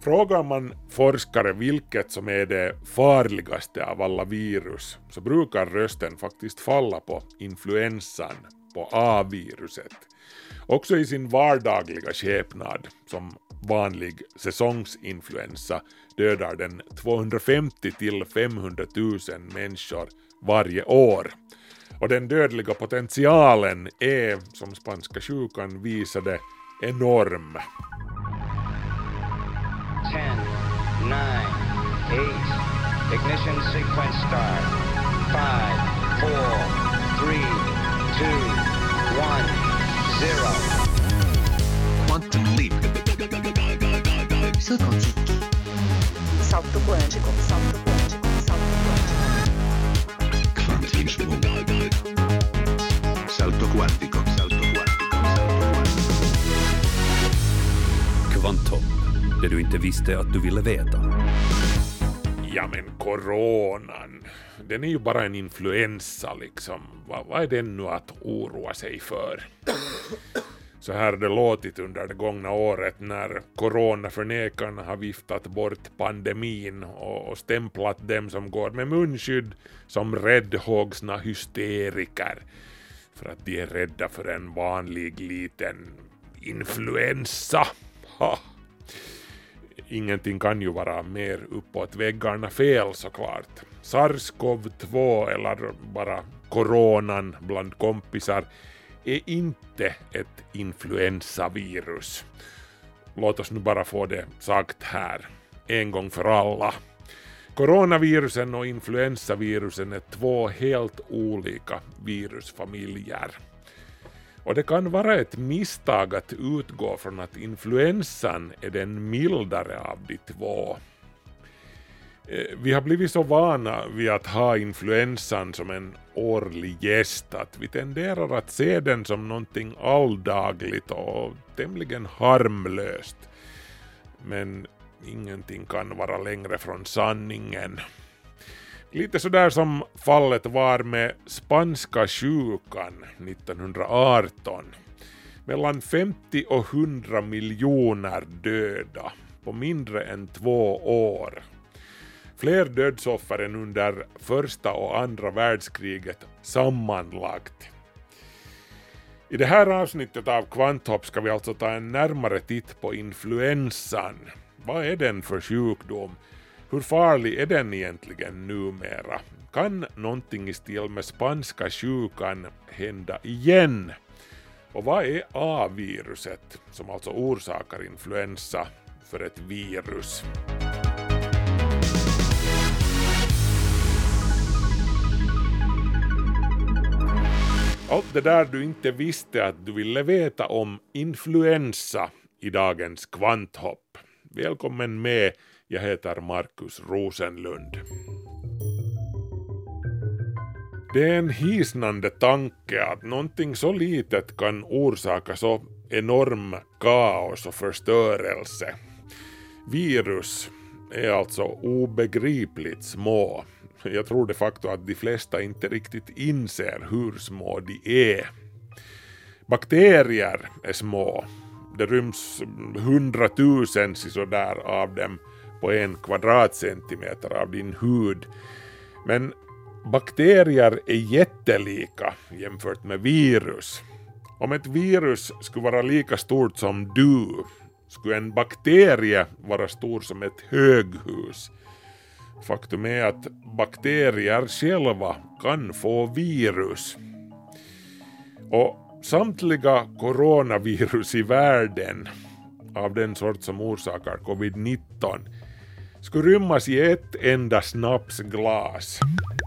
Frågar man forskare vilket som är det farligaste av alla virus så brukar rösten faktiskt falla på influensan, på A-viruset. Också i sin vardagliga skepnad som vanlig säsongsinfluensa dödar den 250 till 500 000 människor varje år. Och den dödliga potentialen är, som spanska sjukan visade, enorm. 10, 9, 8, ignition sequence start. 5, 4, 3, 2, 1, 0. Quantum leap. Salto quântico. Salto quântico. Salto quântico. Salto quântico. Salto quantico. Salto quantico. Kvantum. Det du inte visste att du ville veta. Ja, men coronan, den är ju bara en influensa liksom. Vad är den nu att oroa sig för? Så här har det låtit under det gångna året när coronaförnekarna har viftat bort pandemin och stämplat dem som går med munskydd som räddhågsna hysteriker. För att de är rädda för en vanlig liten influensa. Ha! Ingenting kan ju vara mer uppåt väggarna fel såklart. SARS-CoV-2 eller bara coronan bland kompisar är inte ett influensavirus. Låt oss nu bara få det sagt här, en gång för alla. Coronavirusen och influensavirusen är två helt olika virusfamiljer. Och det kan vara ett misstag att utgå från att influensan är den mildare av de två. Vi har blivit så vana vid att ha influensan som en årlig gäst att vi tenderar att se den som någonting alldagligt och tämligen harmlöst. Men ingenting kan vara längre från sanningen. Lite sådär som fallet var med spanska sjukan 1918. Mellan 50 och 100 miljoner döda på mindre än 2 år. Fler dödsoffer än under första och andra världskriget sammanlagt. I det här avsnittet av Kvanthopp ska vi alltså ta en närmare titt på influensan. Vad är den för sjukdom? Hur farlig är den egentligen numera? Kan någonting i stil med spanska sjukan hända igen? Och vad är A-viruset som alltså orsakar influensa för ett virus? Allt det där du inte visste att du ville veta om influensa i dagens Kvanthopp. Välkommen med, jag heter Markus Rosenlund. Det är en hisnande tanke att någonting så litet kan orsaka så enorm kaos och förstörelse. Virus är alltså obegripligt små. Jag tror de facto att de flesta inte riktigt inser hur små de är. Bakterier är små. Det ryms 100 000 sådär av dem på 1 kvadratcentimeter av din hud. Men bakterier är jättelika jämfört med virus. Om ett virus skulle vara lika stort som du, skulle en bakterie vara stor som ett höghus. Faktum är att bakterier själva kan få virus. Och samtliga coronavirus i världen av den sort som orsakar covid-19 skulle rymmas i ett enda snapsglas.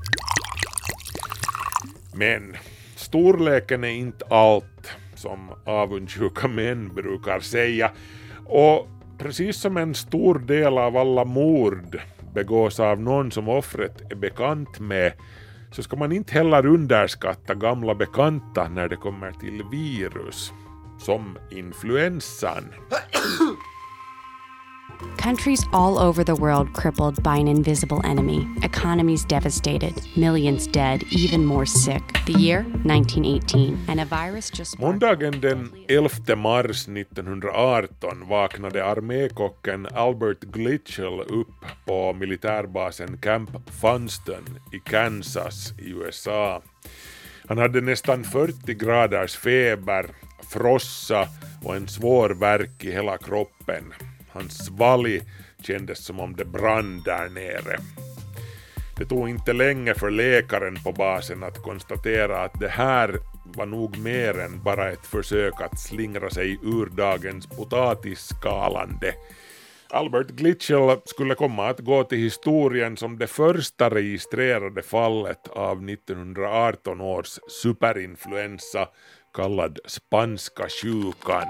Men storleken är inte allt, som avundsjuka män brukar säga. Och precis som en stor del av alla mord begås av någon som offret är bekant med, så ska man inte heller underskatta gamla bekanta när det kommer till virus, som influensan. countries all over the world crippled by an invisible enemy, economies devastated, millions dead, even more sick. The year 1918, and a virus just... Måndagen den 11 mars 1918 vaknade armékocken Albert Glitchell upp på militärbasen Camp Funston i Kansas i USA. Han hade nästan 40 graders feber, frossa och en svår värk i hela kroppen. Hans svalg kändes som om det brann där nere. Det tog inte länge för läkaren på basen att konstatera att det här var nog mer än bara ett försök att slingra sig ur dagens potatisskalande. Albert Glitchell skulle komma att gå till historien som det första registrerade fallet av 1918 års superinfluensa kallad spanska sjukan.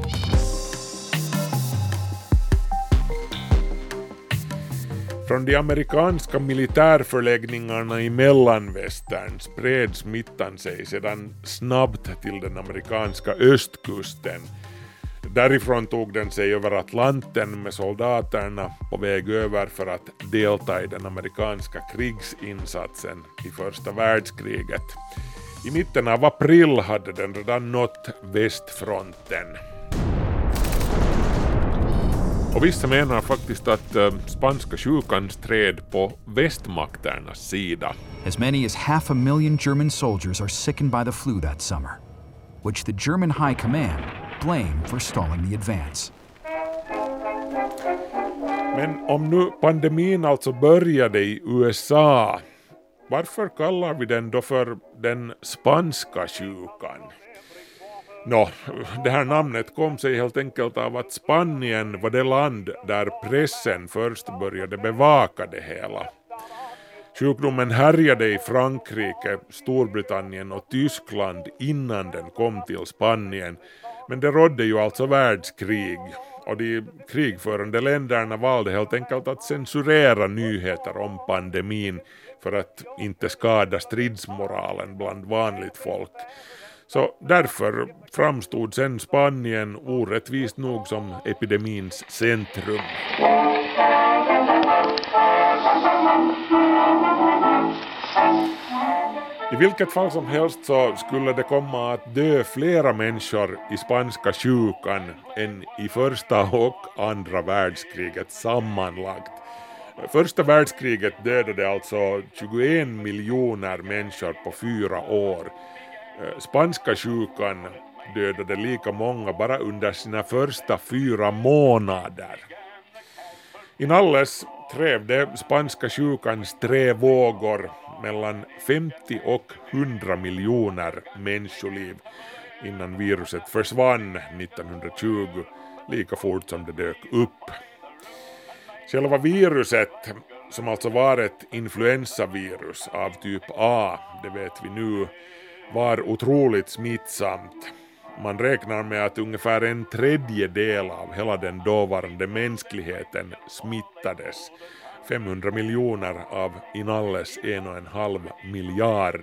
Från de amerikanska militärförläggningarna i mellanvästern spred smittan sig sedan snabbt till den amerikanska östkusten. Därifrån tog den sig över Atlanten med soldaterna på väg över för att delta i den amerikanska krigsinsatsen i första världskriget. I mitten av april hade den redan nått västfronten. Och vissa menar faktiskt att spanska sjukan stred på västmakternas sida. As many as 500,000 German soldiers are sickened by the flu that summer, which the German High Command blame for stalling the advance. Men om nu pandemin alltså började i USA, varför kallar vi den då för den spanska sjukan? Det här namnet kom sig helt enkelt av att Spanien var det land där pressen först började bevaka det hela. Sjukdomen härjade i Frankrike, Storbritannien och Tyskland innan den kom till Spanien, men det rådde ju alltså världskrig och de krigförande länderna valde helt enkelt att censurera nyheter om pandemin för att inte skada stridsmoralen bland vanligt folk. Så därför framstod sen Spanien orättvist nog som epidemins centrum. I vilket fall som helst så skulle det komma att dö flera människor i spanska sjukan än i första och andra världskriget sammanlagt. Första världskriget dödade alltså 21 miljoner människor på 4 år. Spanska sjukan dödade lika många bara under sina första 4 månader. Inalles krävde spanska sjukans 3 vågor mellan 50 och 100 miljoner människoliv innan viruset försvann 1920, lika fort som det dök upp. Själva viruset, som alltså var ett influensavirus av typ A, det vet vi nu, var otroligt smittsamt. Man räknar med att ungefär 1/3 av hela den dåvarande mänskligheten smittades. 500 miljoner av inalles 1,5 miljard.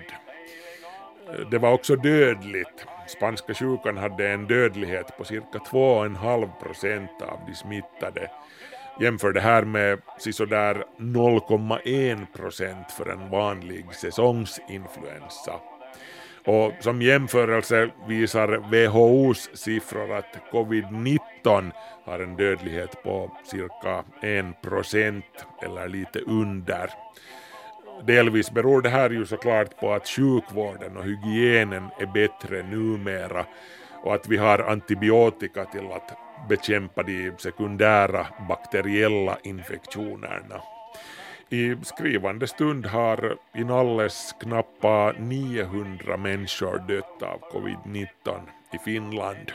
Det var också dödligt. Spanska sjukan hade en dödlighet på cirka 2,5% av de smittade. Jämför det här med sådär 0,1% för en vanlig säsongsinfluensa. Och som jämförelse visar WHO:s siffror att covid-19 har en dödlighet på cirka 1% eller lite under. Delvis beror det här ju såklart på att sjukvården och hygienen är bättre numera och att vi har antibiotika till att bekämpa de sekundära bakteriella infektionerna. I skrivande stund har inalles knappt 900 människor dött av covid-19 i Finland.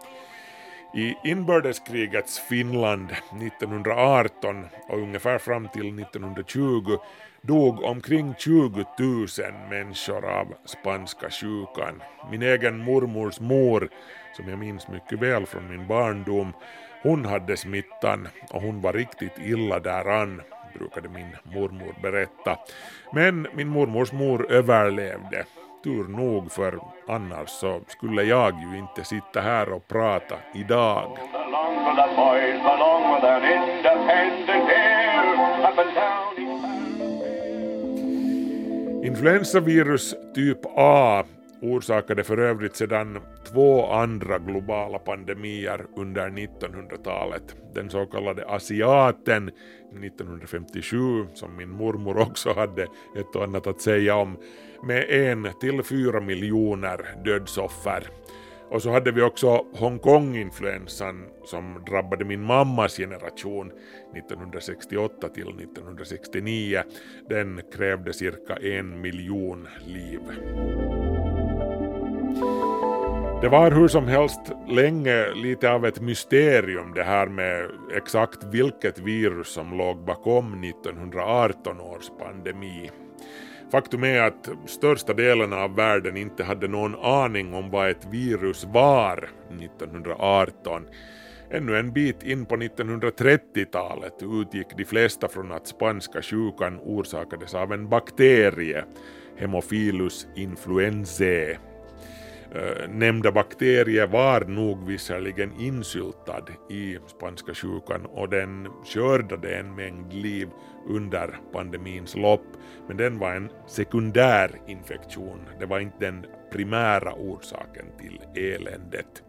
I inbördeskrigets Finland 1918 och ungefär fram till 1920 dog omkring 20 000 människor av spanska sjukan. Min egen mormors mor, som jag minns mycket väl från min barndom, hon hade smittan och hon var riktigt illa däran, brukade min mormor berätta. Men min mormors mor överlevde. Tur nog, för annars så skulle jag ju inte sitta här och prata idag. Influensavirus typ A orsakade för övrigt sedan 2 andra globala pandemier under 1900-talet. Den så kallade asiaten 1957, som min mormor också hade ett och annat att säga om, med 1-4 miljoner dödsoffer. Och så hade vi också Hongkong-influensan som drabbade min mammas generation 1968 till 1969. Den krävde cirka 1 miljon liv. Det var hur som helst länge lite av ett mysterium det här med exakt vilket virus som låg bakom 1918 års pandemi. Faktum är att största delen av världen inte hade någon aning om vad ett virus var 1918. Ännu en bit in på 1930-talet utgick de flesta från att spanska sjukan orsakades av en bakterie, Haemophilus influenzae. Nämnda bakterie var nog visserligen insyltad i spanska sjukan och den skördade en mängd liv under pandemins lopp, men den var en sekundär infektion. Det var inte den primära orsaken till eländet.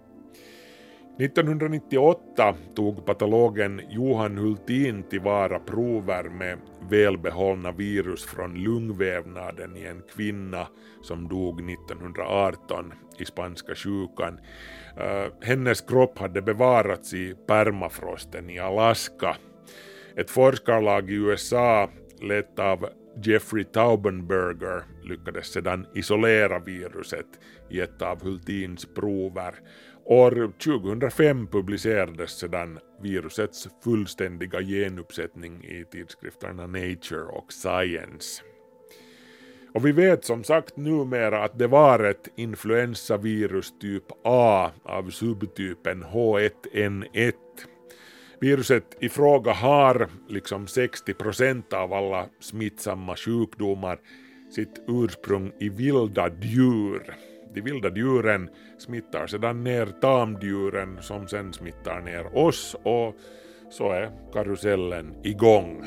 1998 tog patologen Johan Hultin tillvara prover med välbehållna virus från lungvävnaden i en kvinna som dog 1918 i spanska sjukan. Hennes kropp hade bevarats i permafrosten i Alaska. Ett forskarlag i USA lett av Jeffrey Taubenberger lyckades sedan isolera viruset i ett av Hultins prover. År 2005 publicerades sedan virusets fullständiga genuppsättning i tidskrifterna Nature och Science. Och vi vet som sagt numera att det var ett influensavirus typ A av subtypen H1N1. Viruset i fråga har, liksom 60% av alla smittsamma sjukdomar, sitt ursprung i vilda djur. De vilda djuren smittar sedan ner tamdjuren som sen smittar ner oss, och så är karusellen igång.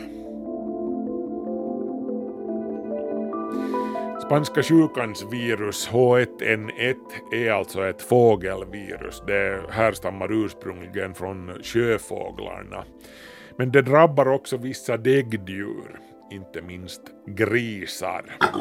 Spanska sjukans virus H1N1 är alltså ett fågelvirus. Det härstammar ursprungligen från sjöfåglarna. Men det drabbar också vissa däggdjur, inte minst grisar.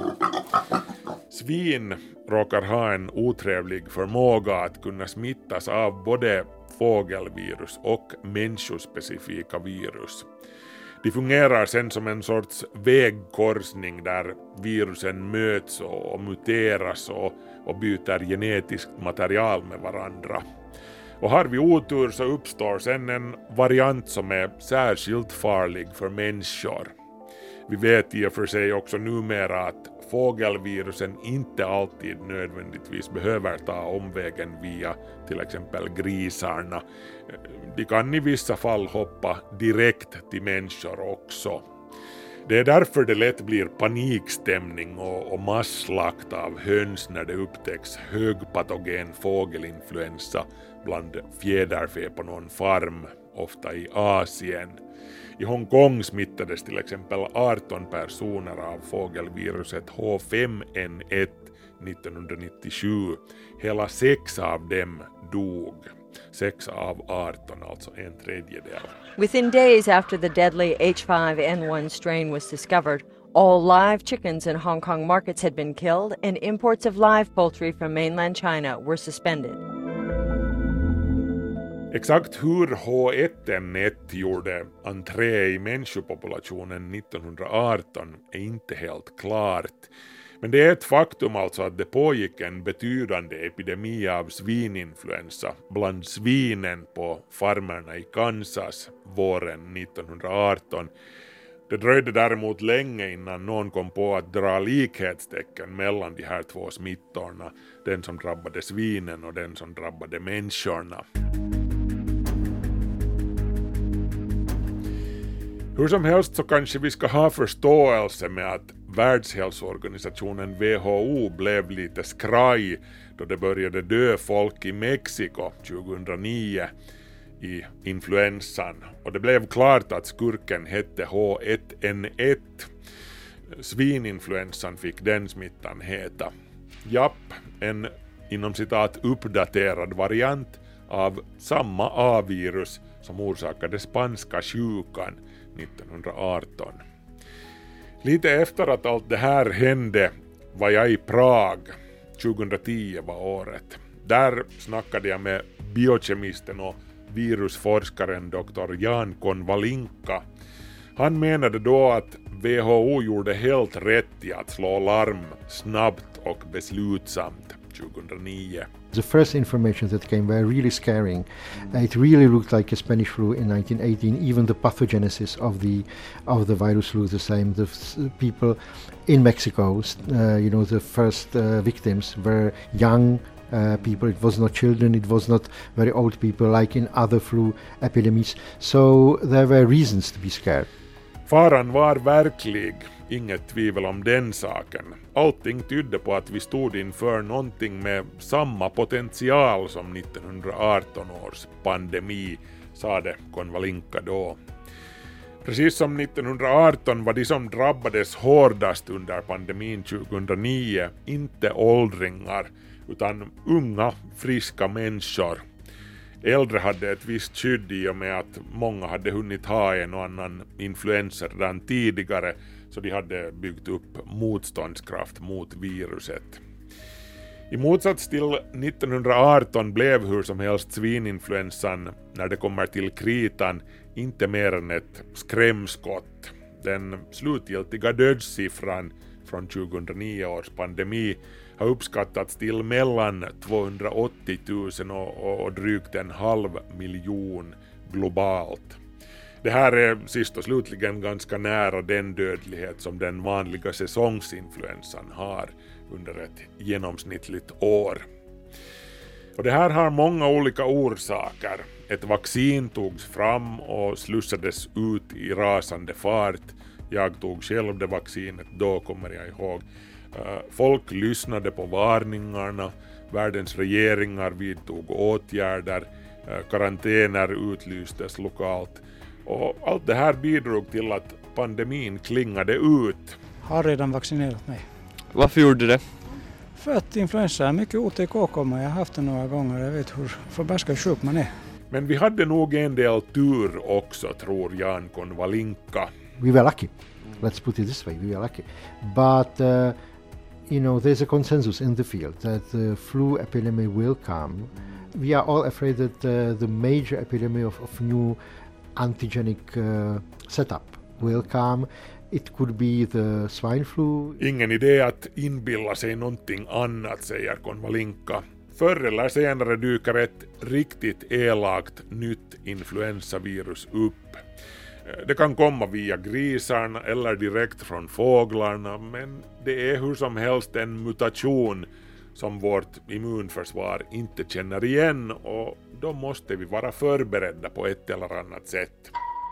Svin råkar ha en otrevlig förmåga att kunna smittas av både fågelvirus och människospecifika virus. De fungerar sen som en sorts vägkorsning där virusen möts och muteras och byter genetiskt material med varandra. Och har vi otur så uppstår sen en variant som är särskilt farlig för människor. Vi vet i och för sig också numera att fågelvirusen inte alltid nödvändigtvis behöver ta omvägen via till exempel grisarna. De kan i vissa fall hoppa direkt till människor också. Det är därför det lätt blir panikstämning och masslakt av höns när det upptäcks högpatogen fågelinfluensa bland fjäderfä på någon farm, ofta i Asien. I Hongkong smittades till exempel 18 personer av fågelviruset H5N1 1997. Hela 6 av dem dog. 6 av 18, alltså 1/3. Within days after the deadly H5N1 strain was discovered, all live chickens in Hong Kong markets had been killed and imports of live poultry from mainland China were suspended. Exakt hur H1N1 gjorde entré i människopopulationen 1918 är inte helt klart. Men det är ett faktum alltså att det pågick en betydande epidemi av svininfluensa bland svinen på farmerna i Kansas våren 1918. Det dröjde däremot länge innan någon kom på att dra likhetstecken mellan de här två smittorna, den som drabbade svinen och den som drabbade människorna. Hur som helst så kanske vi ska ha förståelse med att Världshälsoorganisationen WHO blev lite skraj då det började dö folk i Mexiko 2009 i influensan. Och det blev klart att skurken hette H1N1. Svininfluensan fick den smittan heta. Japp, en inom citat uppdaterad variant av samma A-virus som orsakade spanska sjukan 1918. Lite efter att allt det här hände var jag i Prag. 2010 var året. Där snackade jag med biokemisten och virusforskaren Dr. Jan Konvalinka. Han menade då att WHO gjorde helt rätt i att slå larm snabbt och beslutsamt 2009. The first information that came were really scaring. It really looked like a Spanish flu in 1918. Even the pathogenesis of the virus looked the same. The people in Mexico, the first victims were young people. It was not children. It was not very old people like in other flu epidemics. So there were reasons to be scared. Faran var verklig, inget tvivel om den saken. Allting tydde på att vi stod inför någonting med samma potential som 1918 års pandemi, sade Konvalinka då. Precis som 1918 var de som drabbades hårdast under pandemin 2009 inte åldringar, utan unga, friska människor. Äldre hade ett visst skydd i och med att många hade hunnit ha en och annan influensa redan tidigare, så de hade byggt upp motståndskraft mot viruset. I motsats till 1918 blev hur som helst svininfluensan, när det kommer till kritan, inte mer än ett skrämskott. Den slutgiltiga dödssiffran från 2009 års pandemi har uppskattats till mellan 280 000 och drygt 500 000 globalt. Det här är sist och slutligen ganska nära den dödlighet som den vanliga säsongsinfluensan har under ett genomsnittligt år. Och det här har många olika orsaker. Ett vaccin togs fram och slussades ut i rasande fart. Jag tog själv det vaccinet, då kommer jag ihåg. Folk lyssnade på varningarna, världens regeringar vidtog åtgärder, karantäner utlystes lokalt. Och allt det här bidrog till att pandemin klingade ut. Har redan vaccinerat mig. Varför gjorde du det? För att influensa är mycket otäck åkomma. Jag har haft det några gånger. Jag vet hur förbaskat sjuk man är. Men vi hade nog en del tur också, tror Jan Konvalinka. We were lucky. Let's put it this way. We were lucky. But there's a consensus in the field that the flu epidemic will come. We are all afraid that the major epidemic of new antigenic setup will come. It could be the swine flu. Ingen idé att inbilla sig någonting annat, säger Konvalinka. Förr eller senare dyker ett riktigt elakt nytt influensavirus upp. Det kan komma via grisarna eller direkt från fåglarna, men det är hur som helst en mutation som vårt immunförsvar inte känner igen, och då måste vi vara förberedda på ett eller annat sätt.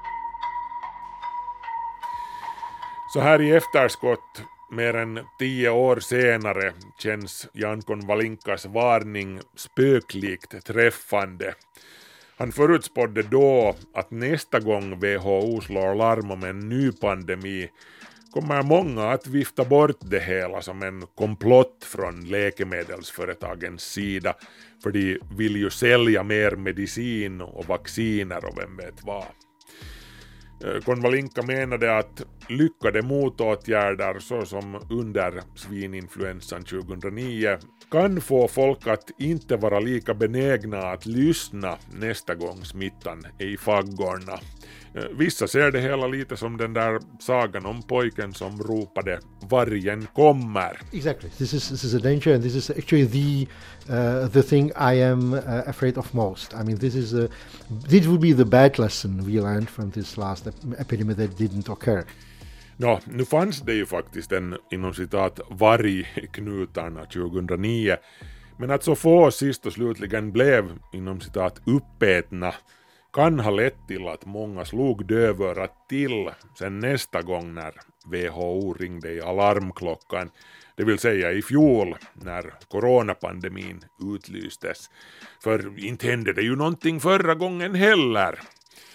Så här i efterskott, mer än 10 år senare, känns Jan Konvalinkas varning spöklikt träffande. Han förutspådde då att nästa gång WHO slår larm om en ny pandemi kommer många att vifta bort det hela som en komplott från läkemedelsföretagens sida, för de vill ju sälja mer medicin och vacciner och vem vet vad. Konvalinka menade att lyckade motåtgärder såsom under svininfluensan 2009 kan få folk att inte vara lika benägna att lyssna nästa gång smittan är i faggorna. Vissa ser det hela lite som den där sagan om pojken som ropade vargen kommer. Exactly. This is a danger, and this is actually the thing I am afraid of most. I mean, this would be the bad lesson we learned from this last epidemic that didn't occur. Nu fanns det ju faktiskt en inom citat varg i knutarna 2009, men att så få sist och slutligen blev inom citat uppätna kan ha lett till att många slog dövörat till sen nästa gång när WHO ringde i alarmklockan, det vill säga i fjol när coronapandemin utlystes. För inte hände det ju någonting förra gången heller.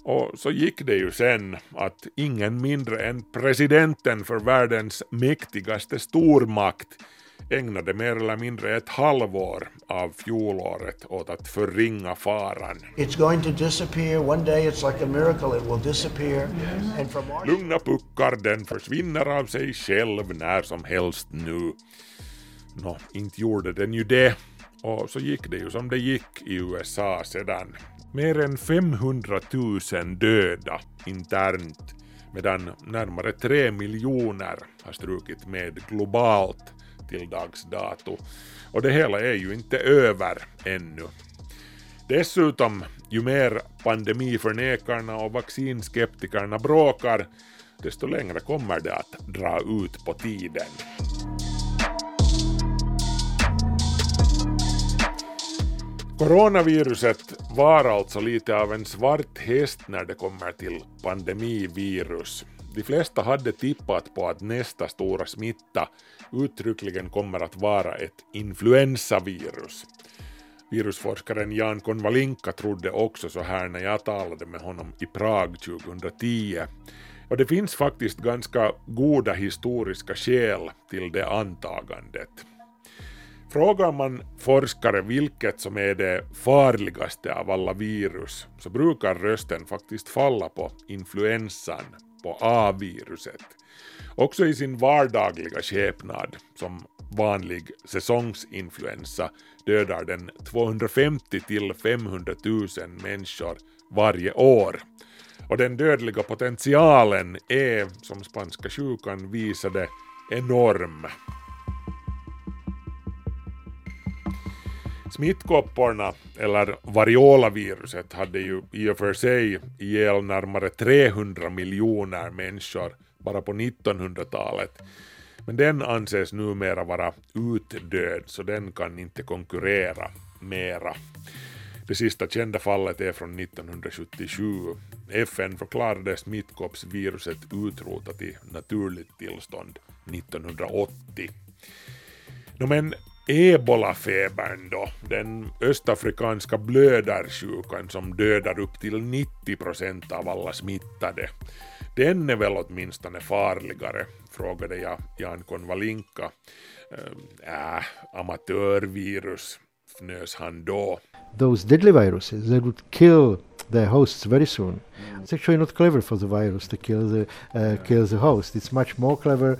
Och så gick det ju sen att ingen mindre än presidenten för världens mäktigaste stormakt ägnade mer eller mindre ett halvår av fjolåret åt att förringa faran. It's going to disappear. One day it's like a miracle. It will disappear. And from our... Lugna puckar, den försvinner av sig själv när som helst nu. Nå, inte gjorde den ju det. Och så gick det ju som det gick i USA sedan. Mer än 500 000 döda internt, medan närmare 3 miljoner har strukit med globalt till dags dato. Och det hela är ju inte över ännu. Dessutom, ju mer pandemiförnekarna och vaccinskeptikerna bråkar, desto längre kommer det att dra ut på tiden. Coronaviruset var alltså lite av en svart häst när det kommer till pandemivirus. De flesta hade tippat på att nästa stora smitta uttryckligen kommer att vara ett influensavirus. Virusforskaren Jan Konvalinka trodde också så här när jag talade med honom i Prag 2010. Och det finns faktiskt ganska goda historiska skäl till det antagandet. Frågar man forskare vilket som är det farligaste av alla virus, så brukar rösten faktiskt falla på influensan, på A-viruset. Också i sin vardagliga skepnad, som vanlig säsongsinfluensa, dödar den 250 till 500 000 människor varje år. Och den dödliga potentialen är, som spanska sjukan visade, enorm. Smittkopporna, eller variolaviruset, hade ju i och för sig ihjäl närmare 300 miljoner människor bara på 1900-talet. Men den anses numera vara utdöd, så den kan inte konkurrera mera. Det sista kända fallet är från 1977. FN förklarade smittkoppsviruset utrotat i naturligt tillstånd 1980. Men Ebola-febern då, den östafrikanska blödarsjukan som dödar upp till 90% av alla smittade, den är väl åtminstone farligare, frågade jag Jan Konvalinka. Amatörvirus, fnös han då. Those deadly viruses that would kill the hosts very soon. It's actually not clever for the virus to kill the host. It's much more clever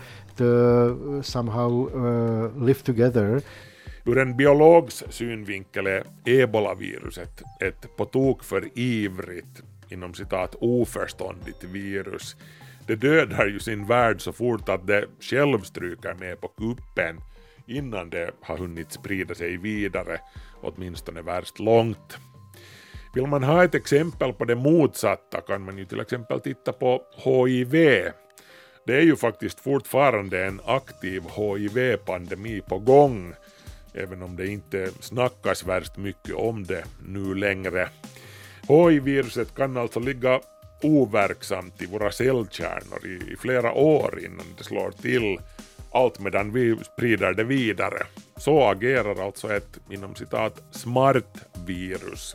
to somehow live together. Ur en biologs synvinkel är Ebola-viruset ett på tok för ivrigt, inom citat oförståndigt virus. Det dödar ju sin värld så fort att det själv stryker med på kuppen innan det har hunnit sprida sig vidare, åtminstone värst långt. Vill man ha ett exempel på det motsatta kan man ju till exempel titta på HIV. Det är ju faktiskt fortfarande en aktiv HIV-pandemi på gång, även om det inte snackas värst mycket om det nu längre. HIV-viruset kan alltså ligga overksamt i våra cellkärnor i flera år innan det slår till, allt medan vi sprider det vidare. Så agerar alltså ett, inom citat, smart virus.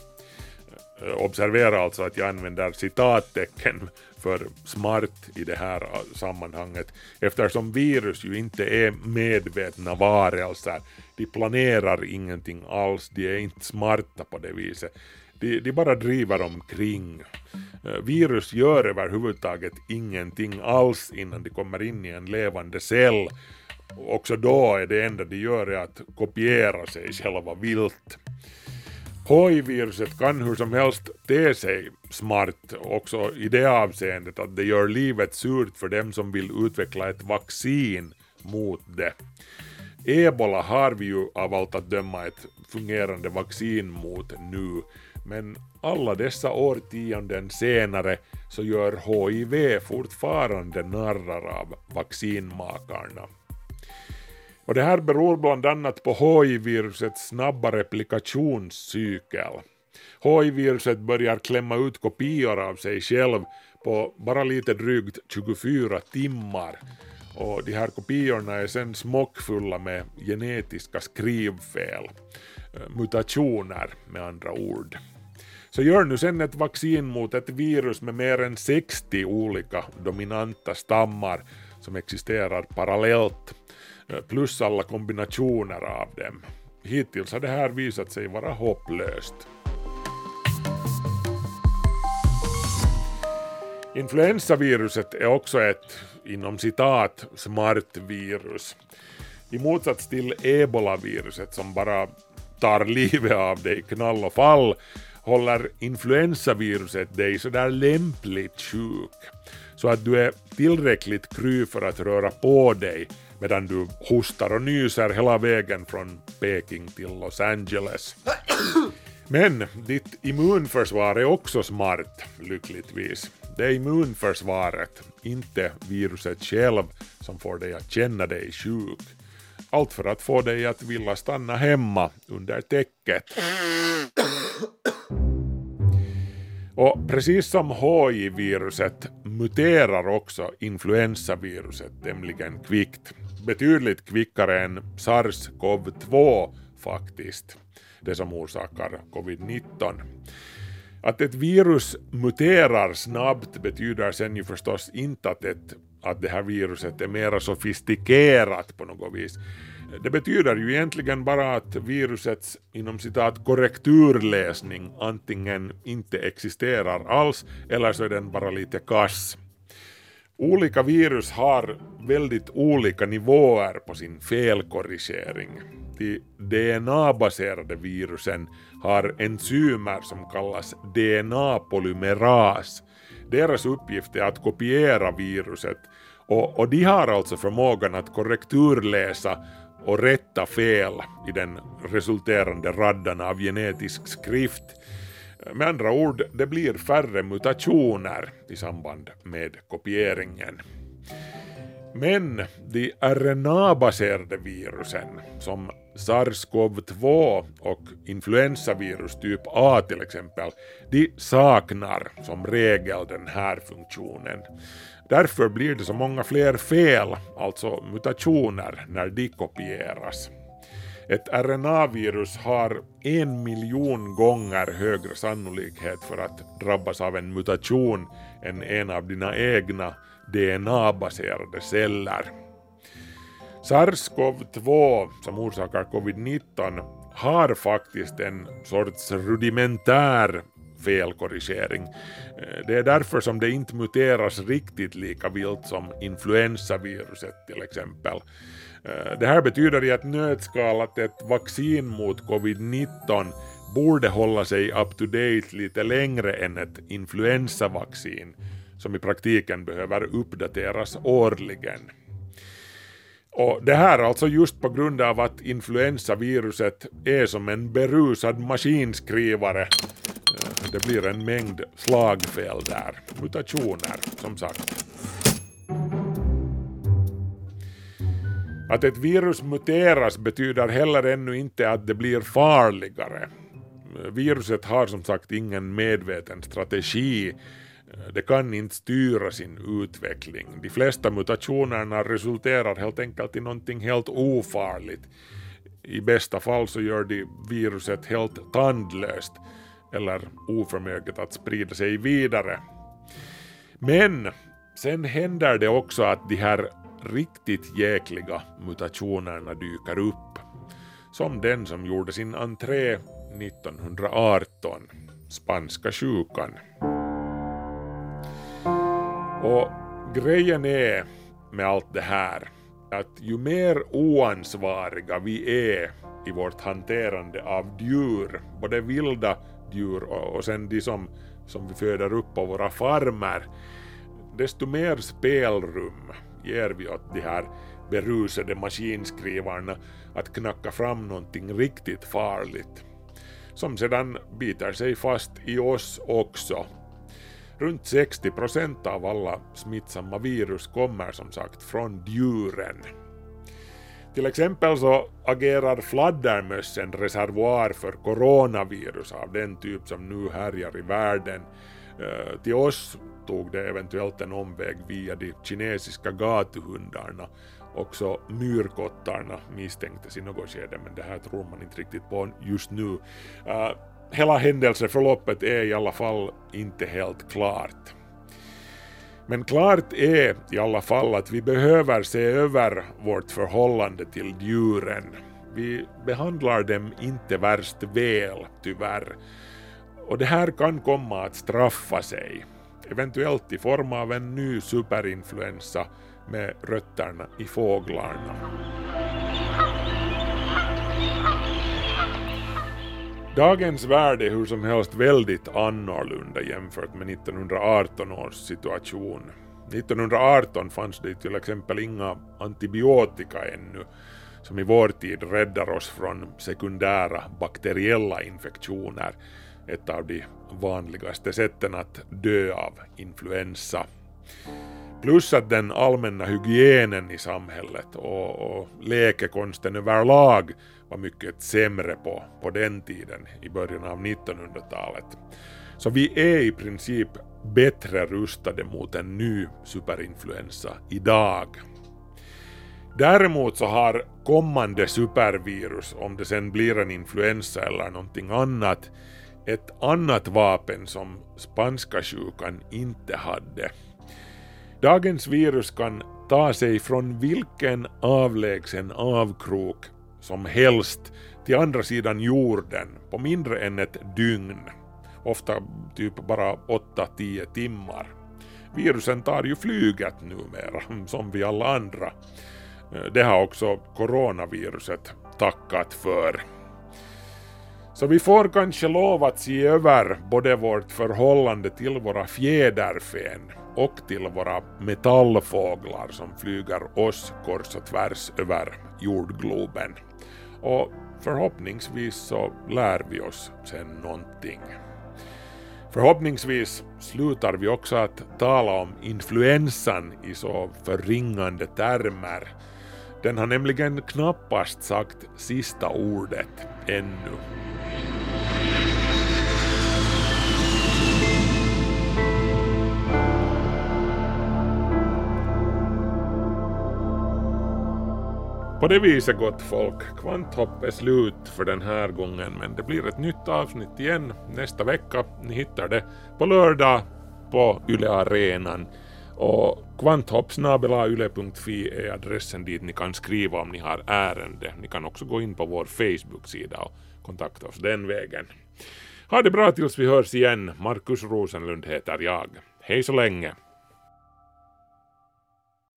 Observera alltså att jag använder citattecken för smart i det här sammanhanget, eftersom virus ju inte är medvetna varelser. De planerar ingenting alls, de är inte smarta på det viset. De bara driver omkring. Virus gör överhuvudtaget ingenting alls innan de kommer in i en levande cell. Också då är det enda de gör är att kopiera sig själva vilt. HIV-viruset kan hur som helst te sig smart också i det avseendet att det gör livet surt för dem som vill utveckla ett vaccin mot det. Ebola har vi ju av allt att döma ett fungerande vaccin mot nu, men alla dessa årtionden senare så gör HIV fortfarande narrar av vaccinmakarna. Och det här beror bland annat på HIV-virusets snabba replikationscykel. HIV-viruset börjar klämma ut kopior av sig själv på bara lite drygt 24 timmar. Och de här kopiorna är sen smockfulla med genetiska skrivfel. Mutationer med andra ord. så gör nu sen ett vaccin mot ett virus med mer än 60 olika dominanta stammar som existerar parallellt, plus alla kombinationer av dem. Hittills har det här visat sig vara hopplöst. Influensaviruset är också ett, inom citat, smart virus. I motsats till ebolaviruset som bara tar livet av dig knall och fall, håller influensaviruset dig så där lämpligt sjuk, så att du är tillräckligt kry för att röra på dig medan du hostar och nyser hela vägen från Peking till Los Angeles. Men ditt immunförsvar är också smart, lyckligtvis. Det är immunförsvaret, inte viruset själv, som får dig att känna dig sjuk. Allt för att få dig att vilja stanna hemma under täcket. Och precis som HIV-viruset muterar också influensaviruset tämligen kvickt. Betydligt kvickare än SARS-CoV-2 faktiskt. Det som orsakar covid-19. Att ett virus muterar snabbt betyder sen ju förstås inte att det här viruset är mer sofistikerat på något vis. Det betyder ju egentligen bara att virusets inom citat korrekturläsning antingen inte existerar alls eller så är den bara lite kass. Olika virus har väldigt olika nivåer på sin felkorrigering. De DNA-baserade virusen har enzymer som kallas DNA-polymeras. Deras uppgift är att kopiera viruset och de har alltså förmågan att korrekturläsa och rätta fel i den resulterande raddan av genetisk skrift. Med andra ord, det blir färre mutationer i samband med kopieringen. Men de RNA-baserade virusen som SARS-CoV-2 och influensavirus typ A till exempel, de saknar som regel den här funktionen. Därför blir det så många fler fel, alltså mutationer, när de kopieras. Ett RNA-virus har 1 miljon gånger högre sannolikhet för att drabbas av en mutation än en av dina egna DNA-baserade celler. SARS-CoV-2 som orsakar covid-19 har faktiskt en sorts rudimentär felkorrigering. Det är därför som det inte muteras riktigt lika vilt som influensaviruset till exempel. Det här betyder i ett nötskal att ett vaccin mot covid-19 borde hålla sig up to date lite längre än ett influensavaccin som i praktiken behöver uppdateras årligen. Och det här alltså just på grund av att influensaviruset är som en berusad maskinskrivare. Det blir en mängd slagfel där, mutationer som sagt. Att ett virus muteras betyder heller ännu inte att det blir farligare. Viruset har som sagt ingen medveten strategi. Det kan inte styra sin utveckling. De flesta mutationerna resulterar helt enkelt i någonting helt ofarligt. I bästa fall så gör de viruset helt tandlöst eller oförmöget att sprida sig vidare. Men sen händer det också att de här riktigt jäkliga mutationerna dyker upp. Som den som gjorde sin entré 1918, spanska sjukan. Och grejen är med allt det här att ju mer oansvariga vi är i vårt hanterande av djur, både vilda djur och sen de som vi föder upp på våra farmer, desto mer spelrum ger vi åt de här berusade maskinskrivarna att knacka fram någonting riktigt farligt, som sedan biter sig fast i oss också. Runt 60% av alla smittsamma virus kommer som sagt från djuren. Till exempel så agerar fladdermöss en reservoar för coronavirus av den typ som nu härjar i världen. Till oss tog det eventuellt en omväg via de kinesiska gatuhundarna. Också myrkottarna misstänktes i något skede, men det här tror man inte riktigt på just nu. hela händelseförloppet är i alla fall inte helt klart. Men klart är i alla fall att vi behöver se över vårt förhållande till djuren. Vi behandlar dem inte värst väl, tyvärr. Och det här kan komma att straffa sig. Eventuellt i form av en ny superinfluensa med rötterna i fåglarna. Dagens värld är hur som helst väldigt annorlunda jämfört med 1918 års situation. 1918 fanns det till exempel inga antibiotika ännu, som i vår tid räddar oss från sekundära bakteriella infektioner, ett av de vanligaste sätten att dö av influensa. Plus att den allmänna hygienen i samhället och läkekonsten överlag var mycket sämre på den tiden i början av 1900-talet. Så vi är i princip bättre rustade mot en ny superinfluensa idag. Däremot så har kommande supervirus, om det sen blir en influensa eller någonting annat, ett annat vapen som spanska sjukan inte hade. Dagens virus kan ta sig från vilken avlägsen avkrok som helst till andra sidan jorden på mindre än ett dygn. Ofta typ bara 8-10 timmar. Virusen tar ju flyget numera, som vi alla andra. Det har också coronaviruset tackat för. Så vi får kanske lov att se över både vårt förhållande till våra fjäderfän och till våra metallfåglar som flyger oss kors och tvärs över jordgloben. Och förhoppningsvis så lär vi oss sen någonting. Förhoppningsvis slutar vi också att tala om influensan i så förringande termer. Den har nämligen knappast sagt sista ordet ännu. På det viset, gott folk, Kvanthopp är slut för den här gången, men det blir ett nytt avsnitt igen nästa vecka. Ni hittar det på lördag på Yle Arenan, och kvanthopp@yle.fi är adressen dit ni kan skriva om ni har ärende. Ni kan också gå in på vår Facebook-sida och kontakta oss den vägen. Ha det bra tills vi hörs igen. Markus Rosenlund heter jag. Hej så länge!